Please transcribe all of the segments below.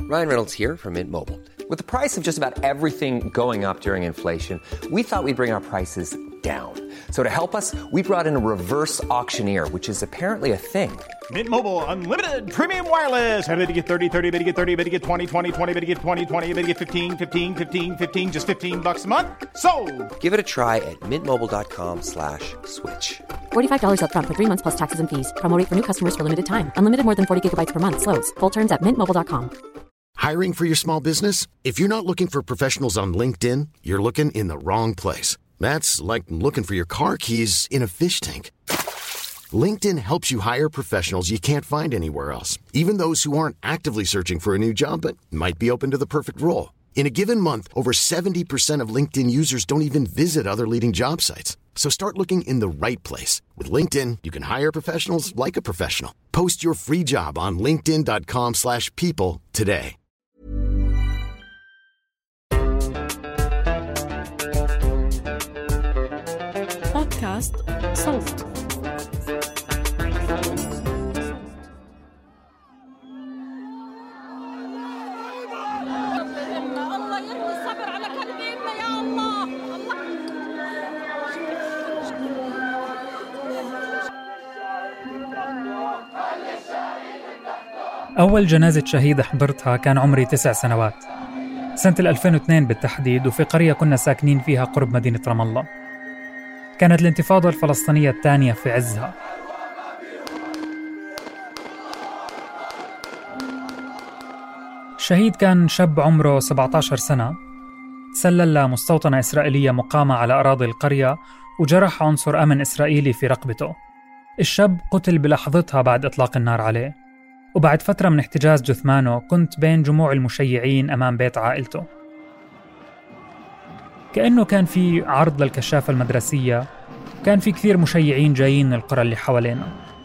Ryan Reynolds here from Mint Mobile. With the price of just about everything going up during inflation, we thought we'd bring our prices down. So to help us, we brought in a reverse auctioneer, which is apparently a thing. Mint Mobile Unlimited Premium Wireless. How to get 30, 30, bit to get 30, bit to get 20, 20, 20, bit to get 20, 20, bit to get 15, 15, 15, 15, just $15 a month? Sold! Give it a try at mintmobile.com/switch. $45 up front for 3 months plus taxes and fees. Promo rate for new customers for limited time. Unlimited more than 40 gigabytes per month. Slows full terms at mintmobile.com. Hiring for your small business? If you're not looking for professionals on LinkedIn, you're looking in the wrong place. That's like looking for your car keys in a fish tank. LinkedIn helps you hire professionals you can't find anywhere else, even those who aren't actively searching for a new job but might be open to the perfect role. In a given month, over 70% of LinkedIn users don't even visit other leading job sites. So start looking in the right place. With LinkedIn, you can hire professionals like a professional. Post your free job on linkedin.com/people today. بودكاست صوت. الله يرضي الصبر على كلمتنا يا الله. أول جنازة شهيد حضرتها كان عمري 9 سنوات، سنة 2002 بالتحديد، وفي قرية كنا ساكنين فيها قرب مدينة رام الله. كانت الانتفاضة الفلسطينية الثانية في عزها. الشهيد كان شاب عمره 17 سنة، تسلل لمستوطنة إسرائيلية مقامة على أراضي القرية وجرح عنصر أمن إسرائيلي في رقبته. الشاب قتل بلحظتها بعد إطلاق النار عليه، وبعد فترة من احتجاز جثمانه كنت بين جموع المشيعين أمام بيت عائلته. كأنه كان في عرض للكشافة المدرسية، كان في كثير مشيعين جايين من القرى اللي حوالينا،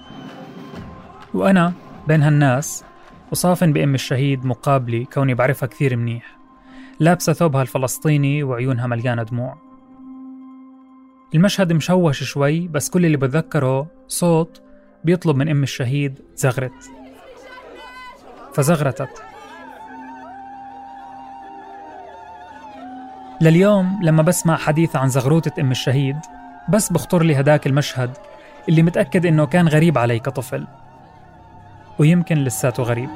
وأنا بين هالناس وصافن بأم الشهيد مقابلي كوني بعرفها كثير منيح، لابسة ثوبها الفلسطيني وعيونها مليانة دموع. المشهد مشوش شوي، بس كل اللي بتذكره صوت بيطلب من أم الشهيد زغرت، فزغرتت. لليوم لما بسمع حديث عن زغروتة أم الشهيد بس بخطر لي هداك المشهد اللي متأكد إنه كان غريب علي كطفل، ويمكن لساته غريب.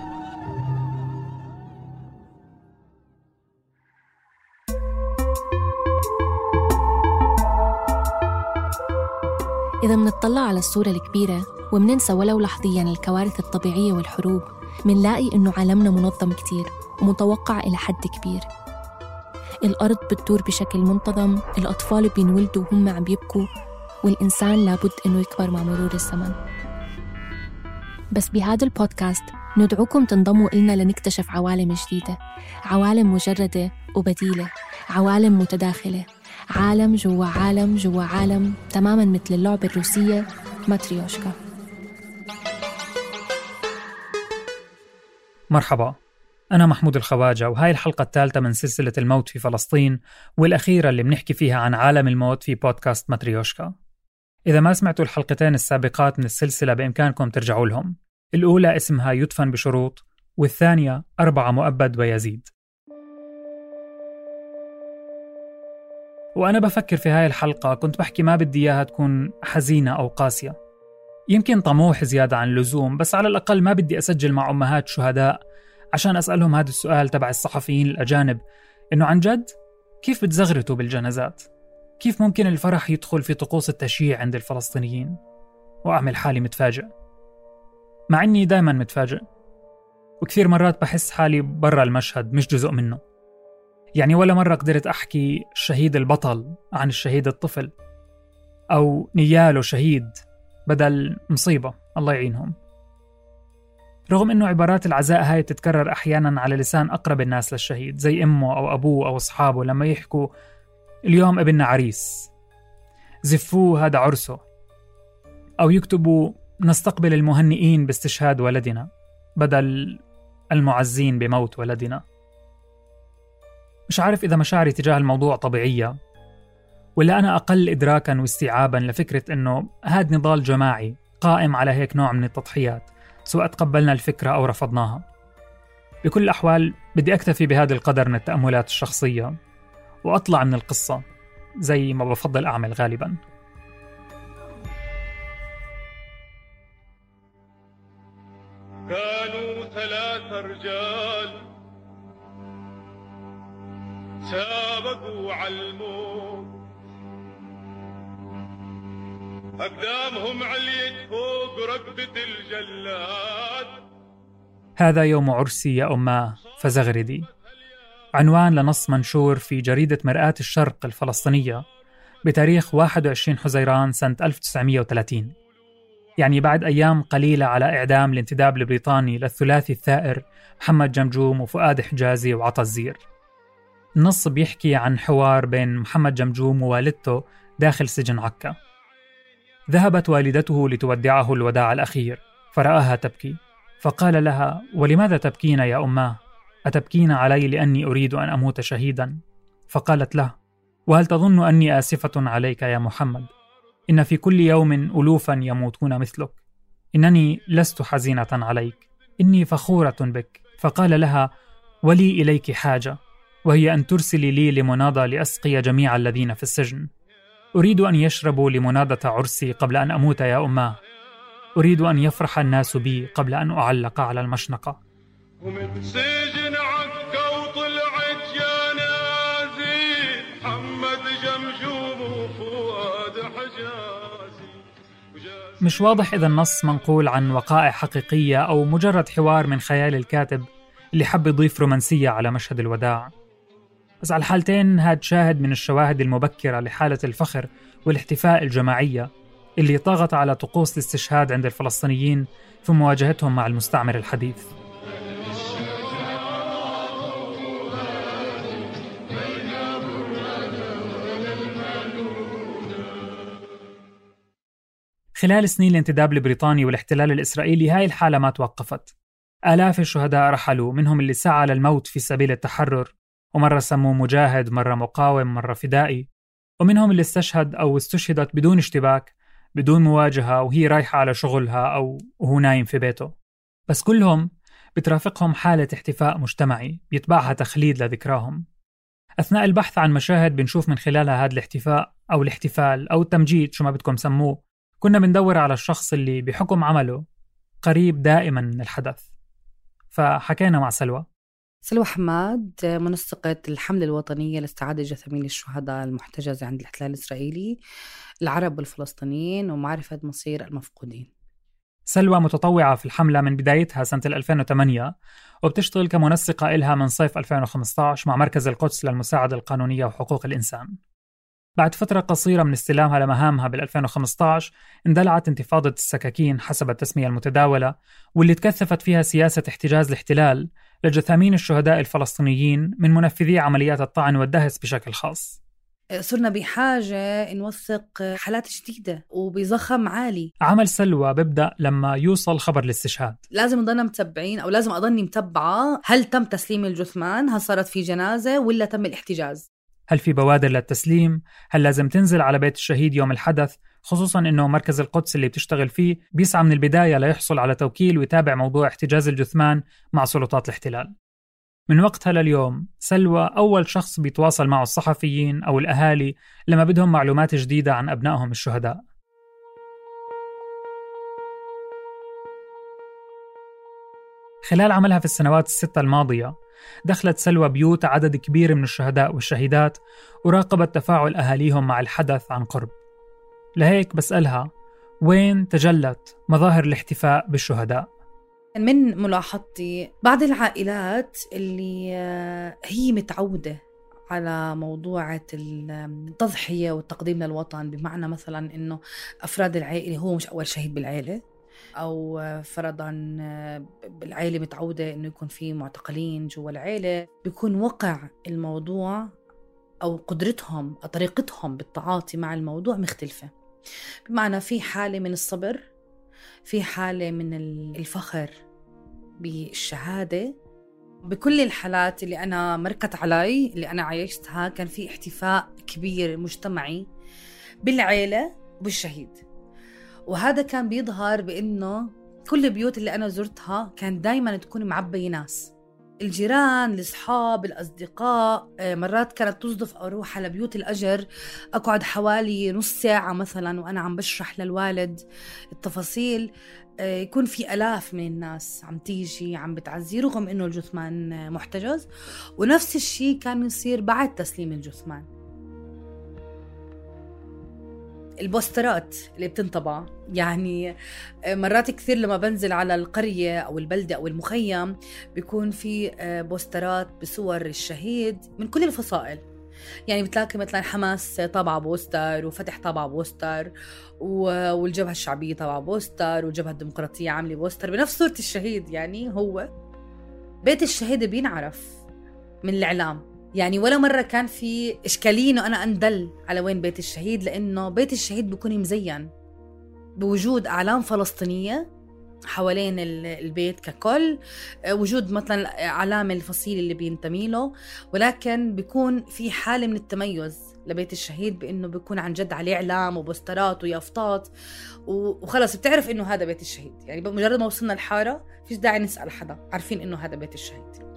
إذا منطلع على الصورة الكبيرة ومننسى ولو لحظياً الكوارث الطبيعية والحروب، منلاقي إنه عالمنا منظم كتير ومتوقع إلى حد كبير. الأرض بتدور بشكل منتظم، الأطفال بينولدوا وهم عم بيبكوا، والإنسان لابد إنه يكبر مع مرور الزمن. بس بهذا البودكاست ندعوكم تنضموا إلنا لنكتشف عوالم جديدة، عوالم مجردة وبديلة، عوالم متداخلة، عالم جوا عالم جوا عالم، تماماً مثل اللعبة الروسية ماتريوشكا. مرحبا، أنا محمود الخواجة، وهاي الحلقة الثالثة من سلسلة الموت في فلسطين، والأخيرة اللي بنحكي فيها عن عالم الموت في بودكاست ماتريوشكا. إذا ما سمعتوا الحلقتين السابقات من السلسلة بإمكانكم ترجعوا لهم. الأولى اسمها يدفن بشروط، والثانية 4 مؤبد ويزيد. وأنا بفكر في هاي الحلقة كنت بحكي ما بدي إياها تكون حزينة أو قاسية، يمكن طموح زيادة عن اللزوم، بس على الأقل ما بدي أسجل مع أمهات شهداء عشان أسألهم هذا السؤال تبع الصحفيين الأجانب، إنه عن جد كيف بتزغرتوا بالجنازات؟ كيف ممكن الفرح يدخل في طقوس التشييع عند الفلسطينيين؟ وأعمل حالي متفاجئ، مع إني دايما متفاجئ، وكثير مرات بحس حالي برا المشهد مش جزء منه. يعني ولا مرة قدرت أحكي الشهيد البطل عن الشهيد الطفل، أو نياله شهيد بدل مصيبة الله يعينهم. رغم إنه عبارات العزاء هاي تتكرر أحياناً على لسان أقرب الناس للشهيد، زي أمه أو أبوه أو أصحابه لما يحكوا اليوم ابننا عريس، زفوه هذا عرسه، أو يكتبوا نستقبل المهنئين باستشهاد ولدنا بدل المعزين بموت ولدنا. مش عارف إذا مشاعري تجاه الموضوع طبيعية، ولا أنا أقل إدراكاً واستيعاباً لفكرة إنه هاد نضال جماعي قائم على هيك نوع من التضحيات، سواء تقبلنا الفكرة أو رفضناها. بكل الأحوال بدي أكتفي بهذا القدر من التأملات الشخصية وأطلع من القصة زي ما بفضل أعمل غالباً. كانوا 3 رجال سابقوا على الموت، أقدامهم عليت فوق ركبة الجلاد. هذا يوم عرسي يا أماه فزغردي، عنوان لنص منشور في جريدة مرآة الشرق الفلسطينية بتاريخ 21 حزيران سنة 1930، يعني بعد أيام قليلة على إعدام الانتداب البريطاني للثلاثي الثائر محمد جمجوم وفؤاد حجازي وعطا الزير. النص بيحكي عن حوار بين محمد جمجوم ووالدته داخل سجن عكا. ذهبت والدته لتودعه الوداع الأخير فرآها تبكي، فقال لها: ولماذا تبكين يا أماه؟ أتبكين علي لأني أريد أن أموت شهيدا؟ فقالت له: وهل تظن أني آسفة عليك يا محمد؟ إن في كل يوم ألوفا يموتون مثلك. إنني لست حزينة عليك، إني فخورة بك. فقال لها: ولي إليك حاجة، وهي أن ترسلي لي لمناضة لأسقي جميع الذين في السجن. أريد أن يشربوا لمناضة عرسي قبل أن أموت يا أماه. أريد أن يفرح الناس بي قبل أن أعلق على المشنقة. ومن سجن عكا وطلعت جنازي محمد جمجوم وفؤاد حجازي. مش واضح إذا النص منقول عن وقائع حقيقية أو مجرد حوار من خيال الكاتب اللي حب يضيف رومانسية على مشهد الوداع. بس على الحالتين هاد شاهد من الشواهد المبكرة لحالة الفخر والاحتفاء الجماعية اللي طغت على طقوس الاستشهاد عند الفلسطينيين في مواجهتهم مع المستعمر الحديث. خلال سنين الانتداب البريطاني والاحتلال الإسرائيلي هاي الحالة ما توقفت. آلاف الشهداء رحلوا، منهم اللي سعى للموت في سبيل التحرر، ومرة سموه مجاهد، مرة مقاوم، مرة فدائي، ومنهم اللي استشهد أو استشهدت بدون اشتباك، بدون مواجهة، وهي رايحة على شغلها أو وهو نايم في بيته. بس كلهم بترافقهم حالة احتفاء مجتمعي بيتبعها تخليد لذكراهم. أثناء البحث عن مشاهد بنشوف من خلالها هذا الاحتفاء أو الاحتفال أو التمجيد، شو ما بدكم سموه، كنا بندور على الشخص اللي بحكم عمله قريب دائما من الحدث. فحكينا مع سلوى حماد، منسقة الحملة الوطنية لاستعادة جثامين الشهداء المحتجزة عند الاحتلال الإسرائيلي، العرب والفلسطينيين، ومعرفة مصير المفقودين. سلوى متطوعة في الحملة من بدايتها سنة 2008، وبتشتغل كمنسقة إلها من صيف 2015 مع مركز القدس للمساعدة القانونية وحقوق الإنسان. بعد فترة قصيرة من استلامها لمهامها بال2015 اندلعت انتفاضة السكاكين حسب التسمية المتداولة، واللي تكثفت فيها سياسة احتجاز الاحتلال لجثامين الشهداء الفلسطينيين من منفذي عمليات الطعن والدهس بشكل خاص. صرنا بحاجة نوثق حالات جديدة وبضخم عالي. عمل سلوى بيبدأ لما يوصل خبر الاستشهاد. لازم نضلنا متبعين، أو لازم أضلني متبعة، هل تم تسليم الجثمان؟ هل صارت في جنازة ولا تم الاحتجاز؟ هل في بوادر للتسليم؟ هل لازم تنزل على بيت الشهيد يوم الحدث؟ خصوصاً إنه مركز القدس اللي بتشتغل فيه بيسعى من البداية ليحصل على توكيل ويتابع موضوع احتجاز الجثمان مع سلطات الاحتلال. من وقتها لليوم سلوى أول شخص بيتواصل معه الصحفيين أو الأهالي لما بدهم معلومات جديدة عن أبنائهم الشهداء. خلال عملها في السنوات الستة الماضية دخلت سلوى بيوت عدد كبير من الشهداء والشهيدات وراقبت تفاعل أهاليهم مع الحدث عن قرب. لهيك بسألها وين تجلت مظاهر الاحتفاء بالشهداء؟ من ملاحظتي بعض العائلات اللي هي متعودة على موضوع التضحية والتقديم للوطن، بمعنى مثلا إنه أفراد العائلة هو مش أول شهيد بالعائلة، أو فرضاً بالعائلة متعودة إنه يكون في معتقلين جوا العائلة، بيكون وقع الموضوع أو قدرتهم طريقتهم بالتعاطي مع الموضوع مختلفة. بمعنى في حالة من الصبر، في حالة من الفخر بالشهادة. بكل الحالات اللي أنا مركت علي اللي أنا عايشتها كان في احتفاء كبير مجتمعي بالعائلة وبالشهيد، وهذا كان بيظهر بأنه كل البيوت اللي أنا زرتها كان دايما تكون معبية ناس، الجيران، الأصحاب، الأصدقاء. مرات كانت تصدف أروح على بيوت الأجر، أقعد حوالي نص ساعة مثلا وأنا عم بشرح للوالد التفاصيل. يكون في آلاف من الناس عم تيجي عم بتعزي رغم إنه الجثمان محتجز. ونفس الشيء كان يصير بعد تسليم الجثمان. البوسترات اللي بتنطبع، يعني مرات كثير لما بنزل على القرية أو البلدة أو المخيم بيكون في بوسترات بصور الشهيد من كل الفصائل. يعني بتلاقي مثلا حماس طابعة بوستر، وفتح طابعة بوستر، والجبهة الشعبية طابعة بوستر، والجبهة الديمقراطية عاملة بوستر بنفس صورة الشهيد. يعني هو بيت الشهيد بينعرف من الإعلام. يعني ولا مرة كان في إشكالية إنه أنا أندل على وين بيت الشهيد، لأنه بيت الشهيد بيكون مزين بوجود أعلام فلسطينية حوالين البيت ككل، وجود مثلا علامة الفصيل اللي بينتمي له، ولكن بيكون في حالة من التميز لبيت الشهيد بأنه بيكون عن جد عليه إعلام وبوسترات ويافطات، وخلص بتعرف إنه هذا بيت الشهيد. يعني بمجرد ما وصلنا الحارة فيش داعي نسأل حدا، عارفين إنه هذا بيت الشهيد.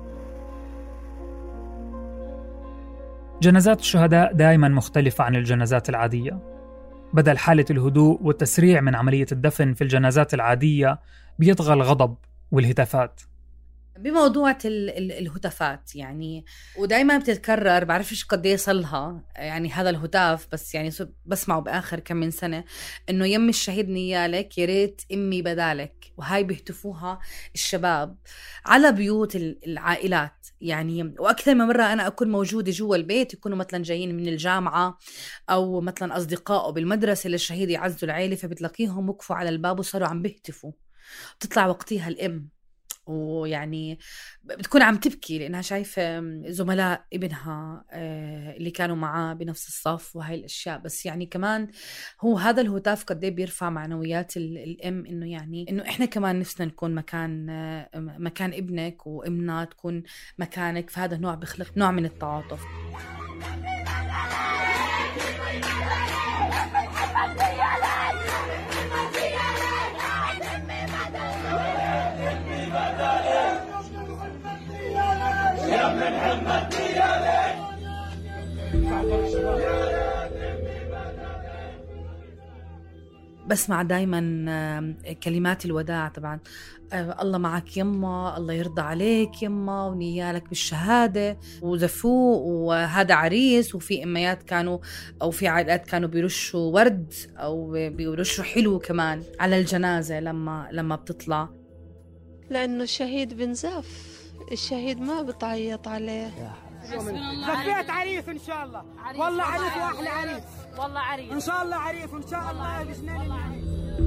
جنازات الشهداء دائما مختلفة عن الجنازات العادية. بدل حالة الهدوء والتسريع من عملية الدفن في الجنازات العادية بيطغى الغضب والهتافات. بموضوع الهتافات يعني، ودايما بتتكرر، بعرفش قد ايه صلها يعني هذا الهتاف، بس يعني بسمعه بآخر كم من سنة إنه يم الشهيد نيالك يا ريت أمي بدالك. وهاي بيهتفوها الشباب على بيوت العائلات يعني. وأكثر من مرة أنا أكون موجودة جوا البيت، يكونوا مثلا جايين من الجامعة أو مثلا أصدقائه بالمدرسة للشهيد يعزوا العيلة، فبتلاقيهم وقفوا على الباب وصاروا عم بيهتفوا. بتطلع وقتها الأم ويعني بتكون عم تبكي لأنها شايفة زملاء ابنها اللي كانوا معاه بنفس الصف وهاي الأشياء. بس يعني كمان هو هذا الهتاف قد ايه بيرفع معنويات الأم، إنه يعني إنه إحنا كمان نفسنا نكون مكان ابنك، وإمنا تكون مكانك. فهذا نوع بيخلق نوع من التعاطف. بسمع دايما كلمات الوداع طبعا. الله معك يما، الله يرضى عليك يما، ونيالك بالشهادة، وزفوه، وهذا عريس. وفي أميات كانوا أو في عائلات كانوا بيرشوا ورد أو بيرشوا حلو كمان على الجنازة لما بتطلع، لأنه الشهيد بنزف. الشهيد ما بتعيط عليه. زفيت عريس إن شاء الله. والله عريس وأحلى عريس. والله عريس إن شاء الله، عريس إن شاء الله بجنان العريس.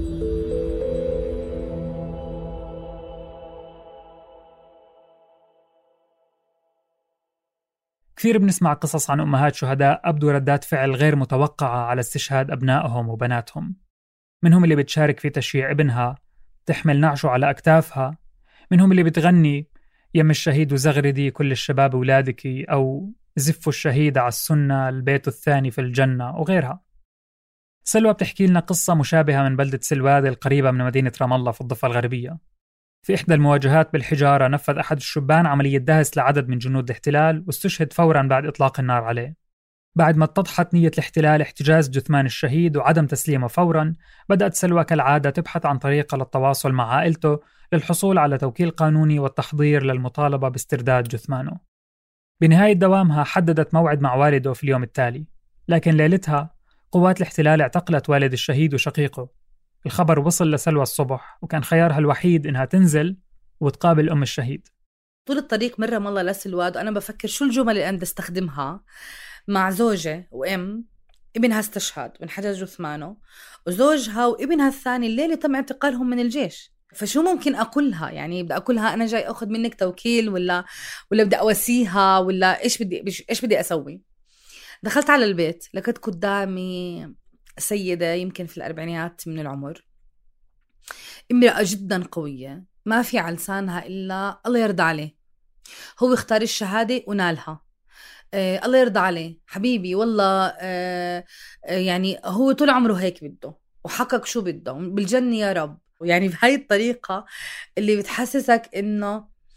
كثير بنسمع قصص عن أمهات شهداء أبدوا ردات فعل غير متوقعة على استشهاد أبنائهم وبناتهم. منهم اللي بتشارك في تشييع ابنها، تحمل نعشه على أكتافها. منهم اللي بتغني يم الشهيد وزغردي كل الشباب ولادك، أو زفوا الشهيد على السنة البيت الثاني في الجنة، وغيرها. سلوى بتحكي لنا قصة مشابهة من بلدة سلواد القريبة من مدينة رام الله في الضفة الغربية. في إحدى المواجهات بالحجارة نفذ أحد الشبان عملية دهس لعدد من جنود الاحتلال، واستشهد فوراً بعد إطلاق النار عليه. بعد ما اتضحت نية الاحتلال احتجاز جثمان الشهيد وعدم تسليمه فوراً، بدأت سلوى كالعادة تبحث عن طريقة للتواصل مع عائلته للحصول على توكيل قانوني والتحضير للمطالبة باسترداد جثمانه. بنهاية دوامها حددت موعد مع والده في اليوم التالي، لكن ليلتها قوات الاحتلال اعتقلت والد الشهيد وشقيقه. الخبر وصل لسلوى الصبح، وكان خيارها الوحيد إنها تنزل وتقابل أم الشهيد. طول الطريق مرة والله لسلواد وأنا بفكر شو الجمل اللي أنا بدي استخدمها مع زوجة وأم ابنها استشهد وانحجز جثمانه، وزوجها وابنها الثاني الليلة تم اعتقالهم من الجيش. فشو ممكن أقولها؟ يعني بدي أقولها أنا جاي أخذ منك توكيل ولا بدي أواسيها ولا إيش بدي أسوي؟ دخلت على البيت، لقيت قدامي سيدة يمكن في الأربعينات من العمر، امرأة جدا قوية، ما في على لسانها إلا الله يرضى عليه، هو اختار الشهادة ونالها، الله يرضى عليه حبيبي والله، يعني هو طول عمره هيك بده وحقق شو بده بالجنة يا رب. يعني بهاي الطريقة اللي بتحسسك إنه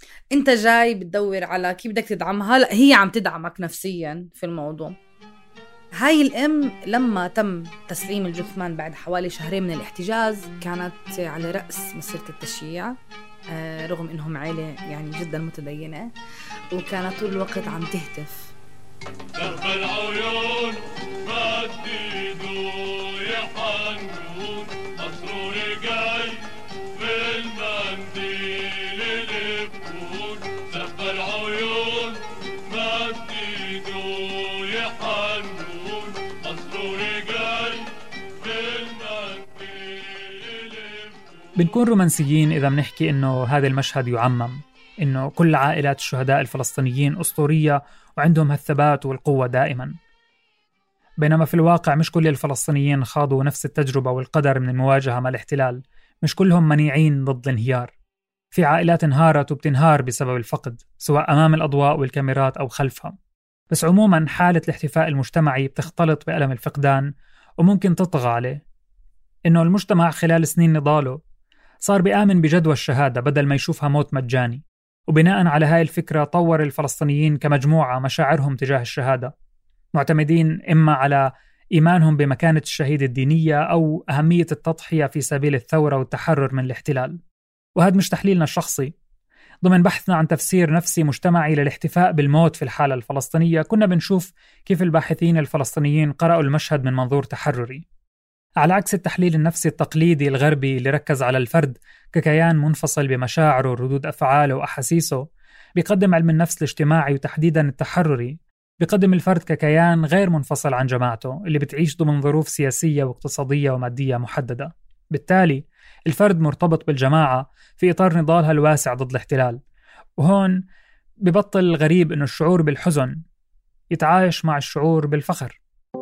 انت جاي بتدور على كيف بدك تدعمها، لا هي عم تدعمك نفسيا في الموضوع. هاي الأم لما تم تسليم الجثمان بعد حوالي 2 شهر من الاحتجاز كانت على رأس مسيرة التشييع، رغم إنهم عائلة يعني جدا متدينة، وكانت طول الوقت عم تهتف درب العيون مددوا يا حنون مسرور جاي بالمنديل البكون. درب العيون مددوا يا حنون مسرور جاي بالمنديل البكون. بنكون رومانسيين إذا بنحكي إنه هذا المشهد يعمم، إنه كل عائلات الشهداء الفلسطينيين أسطورية وعندهم هالثبات والقوة دائما. بينما في الواقع مش كل الفلسطينيين خاضوا نفس التجربة والقدر من المواجهة مع الاحتلال، مش كلهم منيعين ضد الانهيار. في عائلات انهارت وبتنهار بسبب الفقد، سواء أمام الأضواء والكاميرات أو خلفها. بس عموما حالة الاحتفاء المجتمعي بتختلط بألم الفقدان وممكن تطغى عليه. إنه المجتمع خلال سنين نضاله صار بيآمن بجدوى الشهادة بدل ما يشوفها موت مجاني، وبناء على هاي الفكرة طور الفلسطينيين كمجموعة مشاعرهم تجاه الشهادة، معتمدين إما على إيمانهم بمكانة الشهيد الدينية أو أهمية التضحية في سبيل الثورة والتحرر من الاحتلال. وهذا مش تحليلنا الشخصي. ضمن بحثنا عن تفسير نفسي مجتمعي للاحتفاء بالموت في الحالة الفلسطينية كنا بنشوف كيف الباحثين الفلسطينيين قرأوا المشهد من منظور تحرري، على عكس التحليل النفسي التقليدي الغربي اللي ركز على الفرد ككيان منفصل بمشاعره وردود أفعاله وأحاسيسه. بيقدم علم النفس الاجتماعي وتحديدا التحرري بيقدم الفرد ككيان غير منفصل عن جماعته اللي بتعيش ضمن ظروف سياسية واقتصادية ومادية محددة. بالتالي الفرد مرتبط بالجماعة في إطار نضالها الواسع ضد الاحتلال. وهون ببطل الغريب إنه الشعور بالحزن يتعايش مع الشعور بالفخر.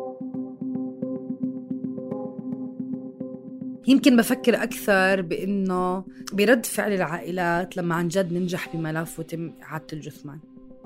يمكن بفكر أكثر بإنه برد فعل العائلات لما عن جد ننجح بملف وتم إعادة الجثمان.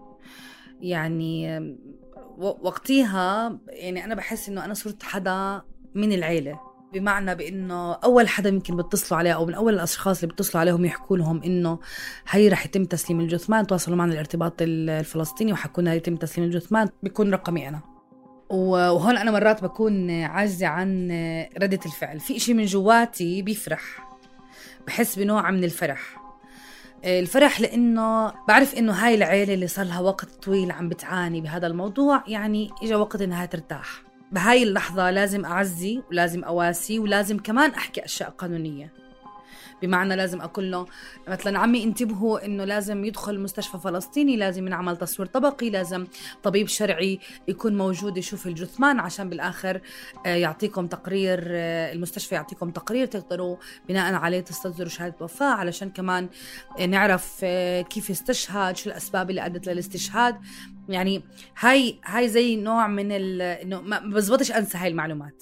يعني وقتها يعني أنا بحس إنه أنا صرت حدا من العيلة، بمعنى بإنه أول حدا يمكن بتصلوا عليه أو من أول الأشخاص اللي بتصلوا عليهم يحكوا لهم إنه هي رح يتم تسليم الجثمان، تواصلوا معنا الارتباط الفلسطيني وحكونا يتم تسليم الجثمان، بيكون رقمي أنا. وهون أنا مرات بكون عاجزة عن ردة الفعل، في إشي من جواتي بيفرح، بحس بنوع من الفرح لأنه بعرف إنه هاي العيلة اللي صار لها وقت طويل عم بتعاني بهذا الموضوع، يعني إجا وقت إنها ترتاح. بهاي اللحظة لازم أعزي ولازم أواسي ولازم كمان أحكي أشياء قانونية، بمعنى لازم أقول له مثلا عمي انتبهوا إنه لازم يدخل مستشفى فلسطيني، لازم ينعمل تصوير طبقي، لازم طبيب شرعي يكون موجود يشوف الجثمان عشان بالآخر يعطيكم تقرير، المستشفى يعطيكم تقرير تقدروا بناء عليه تستصدروا شهادة وفاة، علشان كمان نعرف كيف استشهد، شو الأسباب اللي أدت للاستشهاد. يعني هاي زي نوع من إنه ما بزبطش أنسى هاي المعلومات.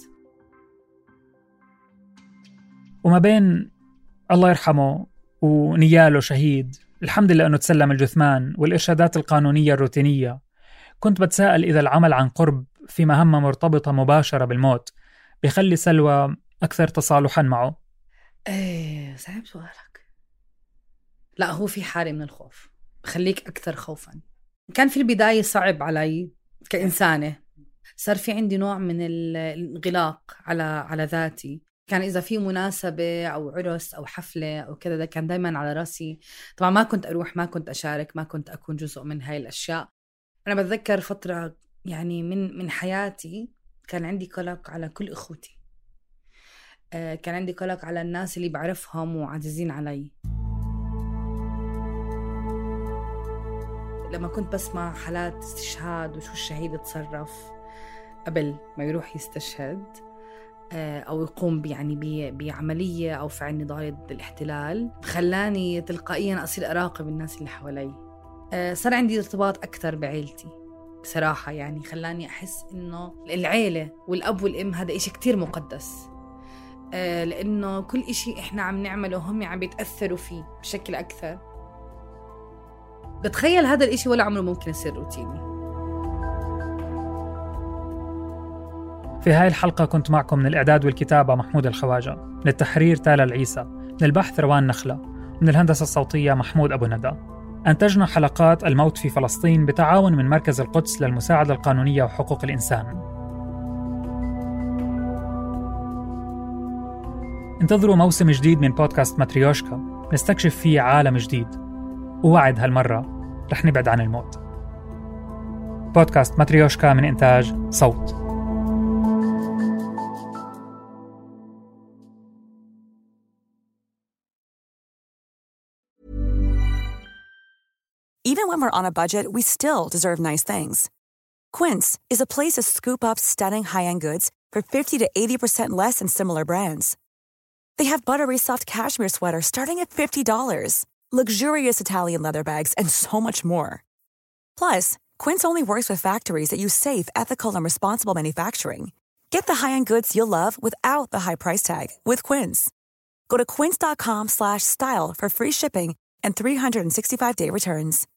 وما بين الله يرحمه ونياله شهيد، الحمد لله أنه تسلم الجثمان، والإرشادات القانونية الروتينية، كنت بتساءل إذا العمل عن قرب في مهمة مرتبطة مباشرة بالموت بيخلي سلوى أكثر تصالحا معه. صعب سؤالك. لا، هو في حالة من الخوف بخليك أكثر خوفا. كان في البداية صعب علي كإنسانة، صار في عندي نوع من الانغلاق على ذاتي. كان إذا في مناسبة أو عرس أو حفلة أو كذا، ده كان دايما على رأسي. طبعا ما كنت أروح، ما كنت أشارك، ما كنت أكون جزء من هاي الأشياء. أنا بتذكر فترة يعني من حياتي كان عندي قلق على كل إخوتي، كان عندي قلق على الناس اللي بعرفهم وعزيزين علي. لما كنت بسمع حالات استشهاد وشو الشهيد اتصرف قبل ما يروح يستشهد أو يقوم يعني بعملية أو فعل نضال ضد الاحتلال، خلاني تلقائيا أصير أراقب الناس اللي حوالي. صار عندي ارتباط أكثر بعيلتي بصراحة، يعني خلاني أحس إنه العيلة والأب والأم هذا إشي كتير مقدس، لأنه كل إشي إحنا عم نعمله هم عم بيتأثروا فيه بشكل أكثر. بتخيل هذا الإشي ولا عمره ممكن يصير روتيني. في هاي الحلقة كنت معكم من الإعداد والكتابة محمود الخواجة، من التحرير تالا العيسى، من البحث روان نخلة، من الهندسة الصوتية محمود أبو ندى. أنتجنا حلقات الموت في فلسطين بتعاون من مركز القدس للمساعدة القانونية وحقوق الإنسان. انتظروا موسم جديد من بودكاست ماتريوشكا نستكشف فيه عالم جديد، ووعد هالمرة رح نبعد عن الموت. بودكاست ماتريوشكا من إنتاج صوت. Even when we're on a budget, we still deserve nice things. Quince is a place to scoop up stunning high-end goods for 50 to 80% less than similar brands. They have buttery soft cashmere sweaters starting at $50, luxurious Italian leather bags, and so much more. Plus, Quince only works with factories that use safe, ethical, and responsible manufacturing. Get the high-end goods you'll love without the high price tag with Quince. Go to quince.com/style for free shipping and 365-day returns.